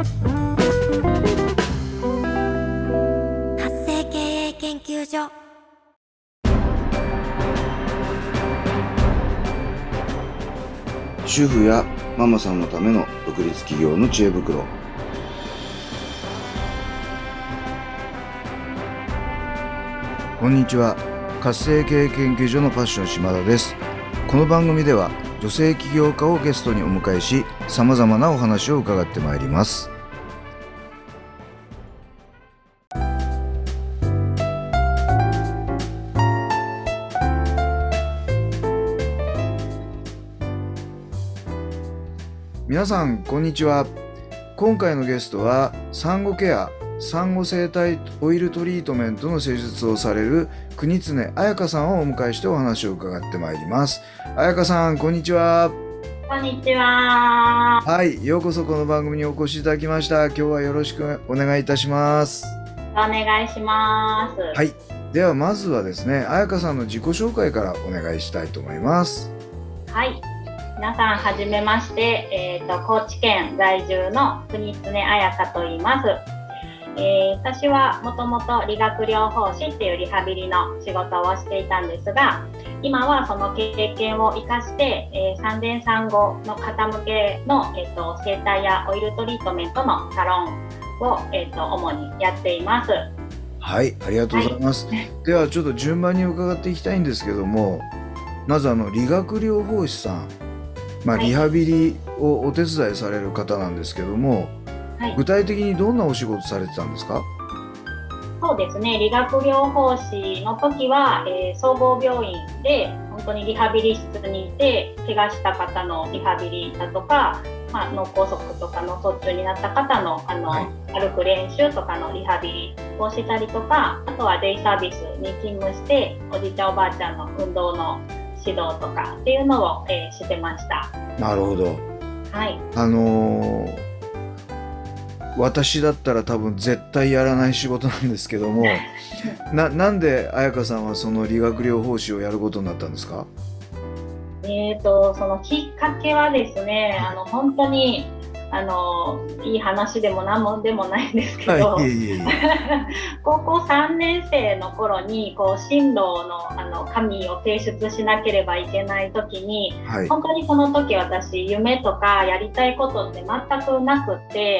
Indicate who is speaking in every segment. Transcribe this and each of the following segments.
Speaker 1: 活性経営研究所。
Speaker 2: 主婦やママさんのための独立企業の知恵袋。こんにちは。活性経営研究所のパッション島田です。この番組では女性起業家をゲストにお迎えし、様々なお話を伺ってまいります。皆さんこんにちは。今回のゲストは産後ケア、産後生態オイルトリートメントの施術をされる国常彩香さんをお迎えしてお話を伺ってまいります。彩香さんこんにちは。
Speaker 3: こんにちは。
Speaker 2: はい、ようこそこの番組にお越しいただきました。今日はよろしくお願いいたします。
Speaker 3: お願いします。
Speaker 2: はい、ではまずはですね、彩香さんの自己紹介からお願いしたいと思います。
Speaker 3: はい、皆さんはじめまして、高知県在住の国常彩香と言います。私はもともと理学療法士っていうリハビリの仕事をしていたんですが、今はその経験を生かして、産前産後の方向けの、整体やオイルトリートメントのサロンを、主にやっています。
Speaker 2: はい、ありがとうございます。はい、ではちょっと順番に伺っていきたいんですけども、まず理学療法士さん、リハビリをお手伝いされる方なんですけども、はい、具体的にどんなお仕事されてたんですか？
Speaker 3: そうですね、理学療法士の時は、総合病院で本当にリハビリ室にいて、怪我した方のリハビリだとか、脳梗塞とか脳卒中になった方の、はい、歩く練習とかのリハビリをしたりとか、あとはデイサービスに勤務しておじいちゃんおばあちゃんの運動の指導とかっていうのを、してました。
Speaker 2: なるほど。
Speaker 3: はい。
Speaker 2: 私だったら多分絶対やらない仕事なんですけどもなんで彩香さんはその理学療法士をやることになったんですか？
Speaker 3: そのきっかけはですね、本当にいい話でも何もでもないんですけど、高校3年生の頃に進路の紙を提出しなければいけない時に、はい、本当にその時私夢とかやりたいことって全くなくって、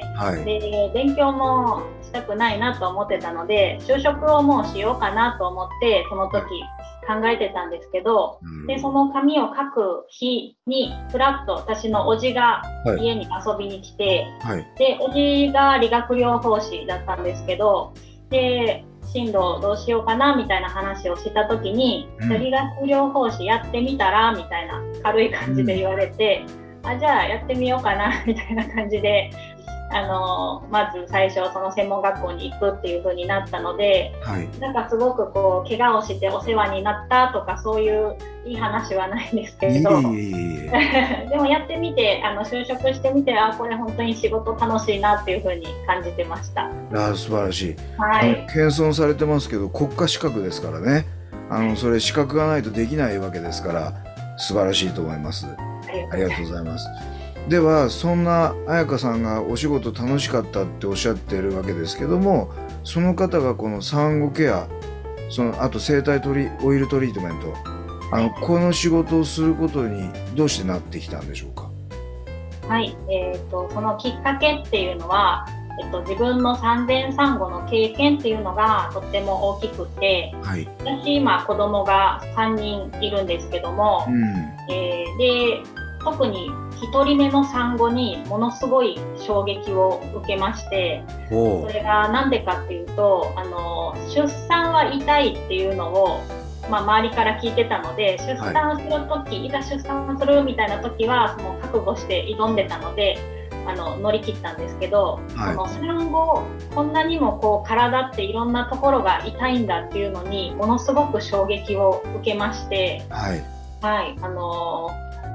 Speaker 3: はい、で勉強もしたくないなと思ってたので、就職をもうしようかなと思ってその時考えてたんですけど、でその紙を書く日にふらっと私のおじが家に遊びに来て、はい、でおじが理学療法士だったんですけど、で進路どうしようかなみたいな話をした時に、理学療法士やってみたらみたいな軽い感じで言われて、じゃあやってみようかなみたいな感じで、まず最初その専門学校に行くっていう風になったので、はい、なんかすごく怪我をしてお世話になったとかそういういい話はないんですけれどでもやってみて就職してみて、これ本当に仕事楽しいなっていう風に感じてました。
Speaker 2: 素晴らしい、
Speaker 3: はい、
Speaker 2: 謙遜されてますけど国家資格ですからね、それ資格がないとできないわけですから素晴らしいと思います。ありがとうございます。ではそんな彩香さんがお仕事楽しかったっておっしゃっているわけですけども、その方がこの産後ケア、あと生体オイルトリートメント、この仕事をすることにどうしてなってきたんでしょうか？
Speaker 3: はい、そのきっかけっていうのは、自分の産前産後の経験っていうのがとっても大きくて、はい、私今子供が3人いるんですけども、で特に1人目の産後にものすごい衝撃を受けまして、それがなんでかっていうと、出産は痛いっていうのを、周りから聞いてたので、出産する時、はい、いざ出産するみたいな時はもう覚悟して挑んでたので乗り切ったんですけど、はい、産後こんなにも体っていろんなところが痛いんだっていうのにものすごく衝撃を受けまして、はいはい、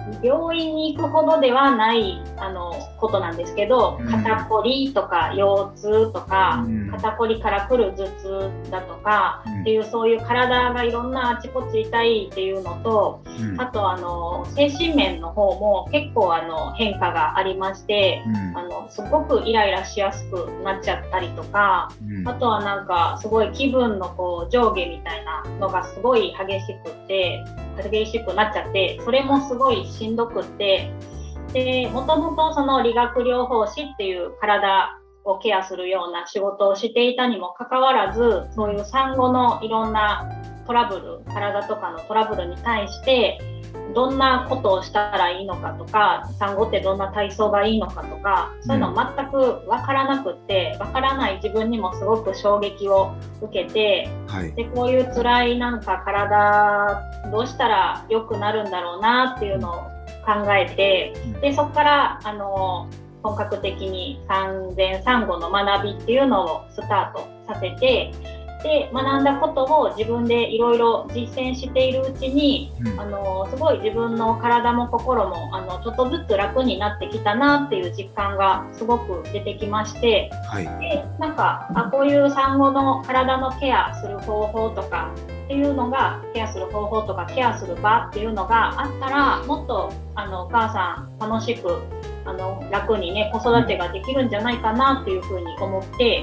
Speaker 3: 病院に行くほどではないことなんですけど、肩こりとか腰痛とか、肩こりから来る頭痛だとか、っていうそういう体がいろんなあちこち痛いっていうのと、あと精神面の方も結構変化がありまして、すごくイライラしやすくなっちゃったりとか、あとはなんかすごい気分のこう上下みたいなのがすごい激しくなっちゃって、それもすごいしんどくって、でもともとその理学療法士っていう体をケアするような仕事をしていたにもかかわらず、そういう産後のいろんなトラブル、体とかのトラブルに対してどんなことをしたらいいのかとか、産後ってどんな体操がいいのかとか、そういうの全く分からなくって、分からない自分にもすごく衝撃を受けて、でこういう辛いなんか体どうしたら良くなるんだろうなっていうのを考えて、でそこから本格的に産前産後の学びっていうのをスタートさせて、で学んだことを自分でいろいろ実践しているうちに、すごい自分の体も心もちょっとずつ楽になってきたなっていう実感がすごく出てきまして、でなんかこういう産後の体のケアする方法とかっていうのが、ケアする方法とかケアする場っていうのがあったら、もっとお母さん楽しく楽にね子育てができるんじゃないかなっていうふうに思って、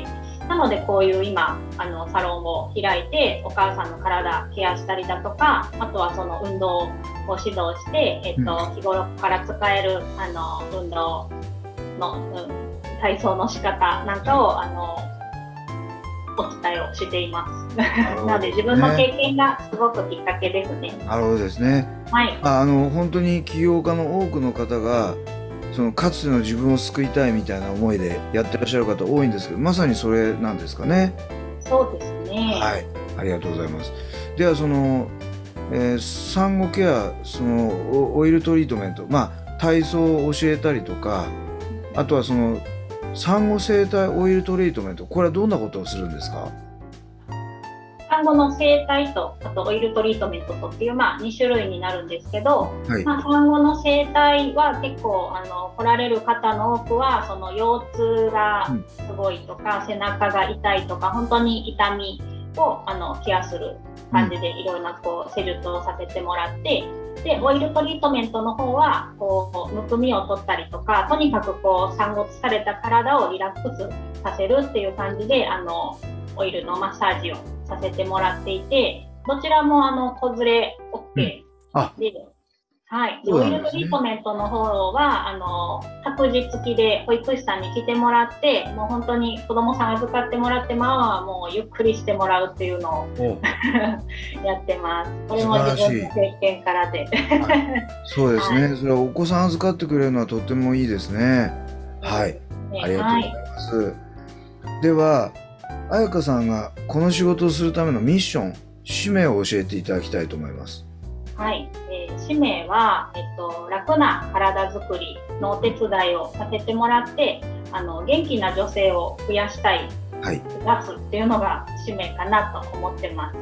Speaker 3: なのでこういう今サロンを開いてお母さんの体ケアしたりだとか、あとはその運動を指導して、日頃から使える運動の、体操の仕方なんかをお伝えをしています。なので自分の経験がすごくきっかけですね。
Speaker 2: なるほどですね。本当に起業家の多くの方がそのかつての自分を救いたいみたいな思いでやってらっしゃる方多いんですけど、まさにそれなんですかね。
Speaker 3: そうですね。
Speaker 2: ありがとうございます。ではその、産後ケア、そのオイルトリートメント、体操を教えたりとか、あとはその産後整体オイルトリートメント、これはどんなことをするんですか？
Speaker 3: 産後の整体とあとオイルトリートメントとっていう、2種類になるんですけど、産後の整体は結構来られる方の多くはその腰痛がすごいとか、背中が痛いとか、本当に痛みをケアする感じでいろいろな施術をさせてもらって、でオイルトリートメントの方はむくみを取ったりとか、とにかく産後疲れた体をリラックスさせるっていう感じでオイルのマッサージをさせてもらっていて、どちらも子連れ OK で、オイルトリートメントの方は託児付きで保育士さんに来てもらって、もう本当に子どもさん預かってもらって、はもうゆっくりしてもらうっていうのをやってます。これも自分の経験からで
Speaker 2: そうですね、それはお子さん預かってくれるのはとってもいいですね。ありがとうございます。では彩香さんがこの仕事をするためのミッション、使命を教えていただきたいと思います。
Speaker 3: 使命は、楽な体づくりのお手伝いをさせてもらって、元気な女性を増やしたい、増やすっていうのが使命かなと思ってます。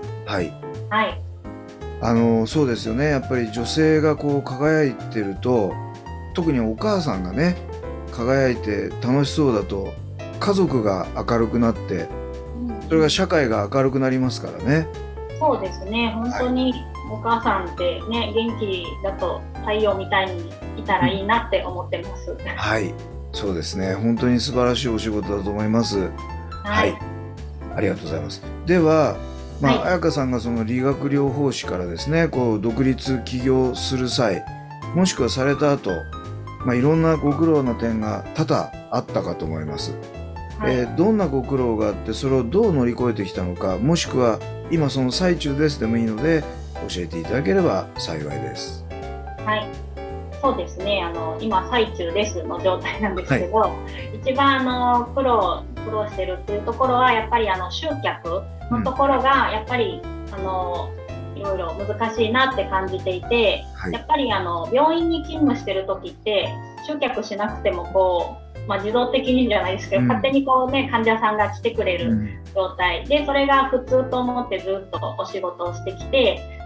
Speaker 2: そうですよね。やっぱり女性が輝いてると、特にお母さんがね輝いて楽しそうだと家族が明るくなって、それが社会が明るくなりますからね。
Speaker 3: そうですね。本当にお母さんってね、元気だと太陽みたいにいたらいいなって思ってます。
Speaker 2: そうですね。本当に素晴らしいお仕事だと思います。ありがとうございます。では、彩香さんがその理学療法士からですね、独立起業する際、もしくはされた後、いろんなご苦労の点が多々あったかと思います。どんなご苦労があって、それをどう乗り越えてきたのか、もしくは今その最中ですでもいいので教えていただければ幸いです。
Speaker 3: そうですね。今最中ですの状態なんですけど、一番苦労してるっていうところはやっぱり集客のところがやっぱりいろいろ難しいなって感じていて、やっぱり病院に勤務してる時って集客しなくても自動的にじゃないですけど、勝手に患者さんが来てくれる状態で、それが普通と思ってずっとお仕事をしてきて、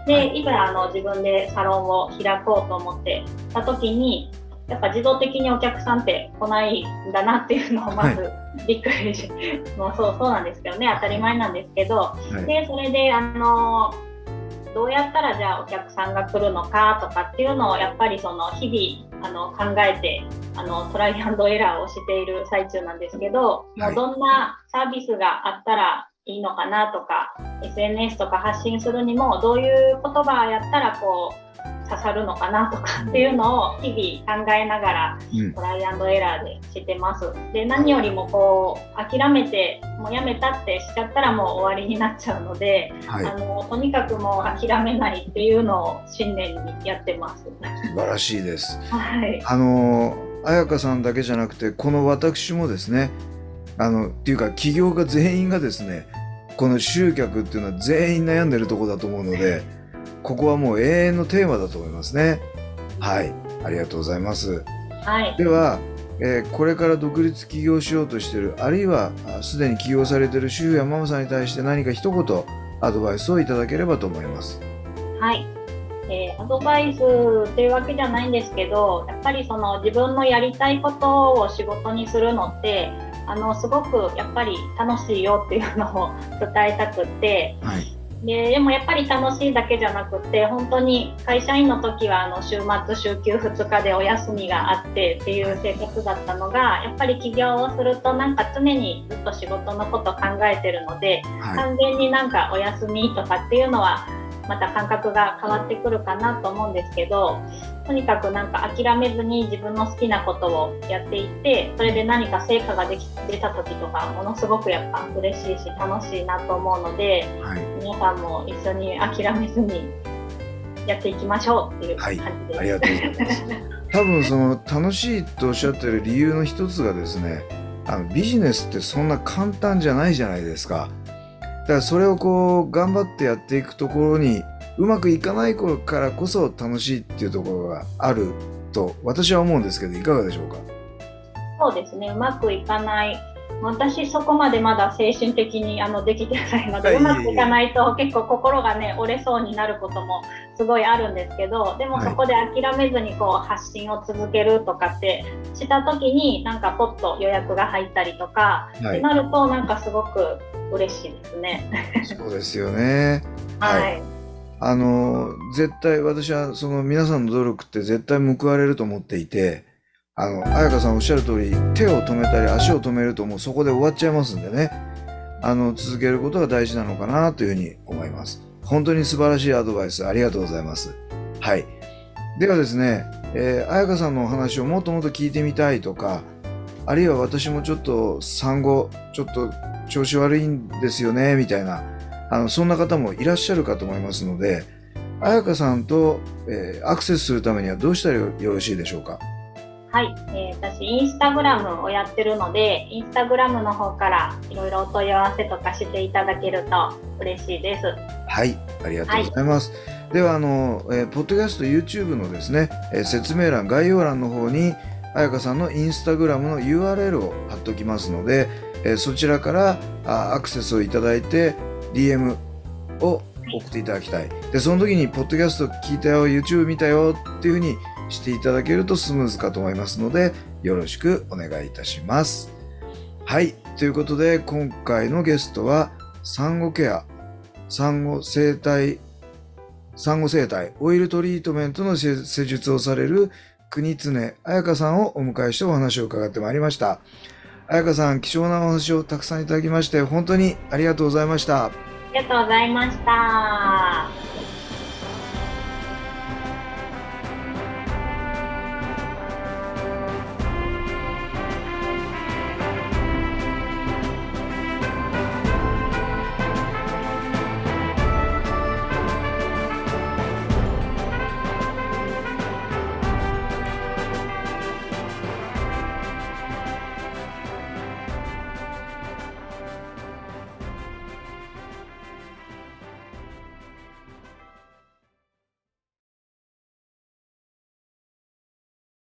Speaker 3: で、いざ自分でサロンを開こうと思ってた時に、やっぱ自動的にお客さんって来ないんだなっていうのをまずびっくりし、もうそうなんですけどね、当たり前なんですけど、でそれでどうやったらじゃあお客さんが来るのかとかっていうのをやっぱりその日々考えてトライアンドエラーをしている最中なんですけど、もうどんなサービスがあったらいいのかなとか、 SNS とか発信するにもどういう言葉やったらこう刺さるのかなとかっていうのを日々考えながらトライアンドエラーでしてます。で、何よりもこう諦めてもうやめたってしちゃったらもう終わりになっちゃうので、とにかくもう諦めないっていうのを信念にやってます。
Speaker 2: 素晴らしいです。
Speaker 3: はい、
Speaker 2: 彩香さんだけじゃなくて、この私もですね、っていうか企業家全員がですね、この集客っていうのは全員悩んでるところだと思うので、ここはもう永遠のテーマだと思いますね。はい、ありがとうございます。
Speaker 3: はい、
Speaker 2: では、これから独立起業しようとしている、あるいはすでに起業されている主婦やママさんに対して何か一言アドバイスをいただければと思います。
Speaker 3: はい、アドバイスというわけじゃないんですけど、やっぱりその自分のやりたいことを仕事にするのってすごくやっぱり楽しいよっていうのを伝えたくって、はい、でもやっぱり楽しいだけじゃなくて、本当に会社員の時は週末週休2日でお休みがあってっていう生活だったのが、やっぱり起業をするとなんか常にずっと仕事のこと考えてるので、はい、完全になんかお休みとかっていうのはまた感覚が変わってくるかなと思うんですけど、とにかくなんか諦めずに自分の好きなことをやっていって、それで何か成果が出た時とかものすごくやっぱ嬉しいし楽しいなと思うので、はい、皆さんも一緒に諦めずにやっていきましょうっていう感じです。
Speaker 2: はい、ありがとうございます。多分その楽しいとおっしゃってる理由の一つがですね、ビジネスってそんな簡単じゃないじゃないですか。だからそれをこう頑張ってやっていくところにうまくいかない頃からこそ楽しいっていうところがあると私は思うんですけど、いかがでしょうか。
Speaker 3: そうですね、うまくいかない、私そこまでまだ精神的にできてないので、うまくいかないと結構心がね折れそうになることもすごいあるんですけど、でもそこで諦めずにこう発信を続けるとかってした時になんかポッと予約が入ったりとか、ってなるとなんかすごく嬉しいですね。
Speaker 2: そうですよね。
Speaker 3: はい。
Speaker 2: 絶対私はその皆さんの努力って絶対報われると思っていて、彩香さんおっしゃる通り、手を止めたり足を止めるともうそこで終わっちゃいますんでね、続けることが大事なのかなというふうに思います。本当に素晴らしいアドバイスありがとうございます。はい。ではですね、彩香さんのお話をもっともっと聞いてみたいとか、あるいは私もちょっと産後ちょっと調子悪いんですよねみたいな、そんな方もいらっしゃるかと思いますので、彩香さんと、アクセスするためにはどうしたらよろしいでしょうか。
Speaker 3: はい、私インスタグラムをやってるので、インスタグラムの方からいろいろお問い合わせとかしていただけると嬉しいです。
Speaker 2: はい、ありがとうございます。はい、ではポッドキャスト YouTube のですね、説明欄概要欄の方に彩香さんのインスタグラムの URL を貼っておきますので、そちらからアクセスをいただいて DM を送っていただきたい。でその時にポッドキャスト聞いたよ、 YouTube 見たよっていうふうにしていただけるとスムーズかと思いますので、よろしくお願いいたします。はい、ということで今回のゲストは産後ケア、産後生態オイルトリートメントの施術をされる国常彩香さんをお迎えしてお話を伺ってまいりました。彩香さん、貴重なお話をたくさんいただきまして本当にありがとうございました。
Speaker 3: ありがとうございました。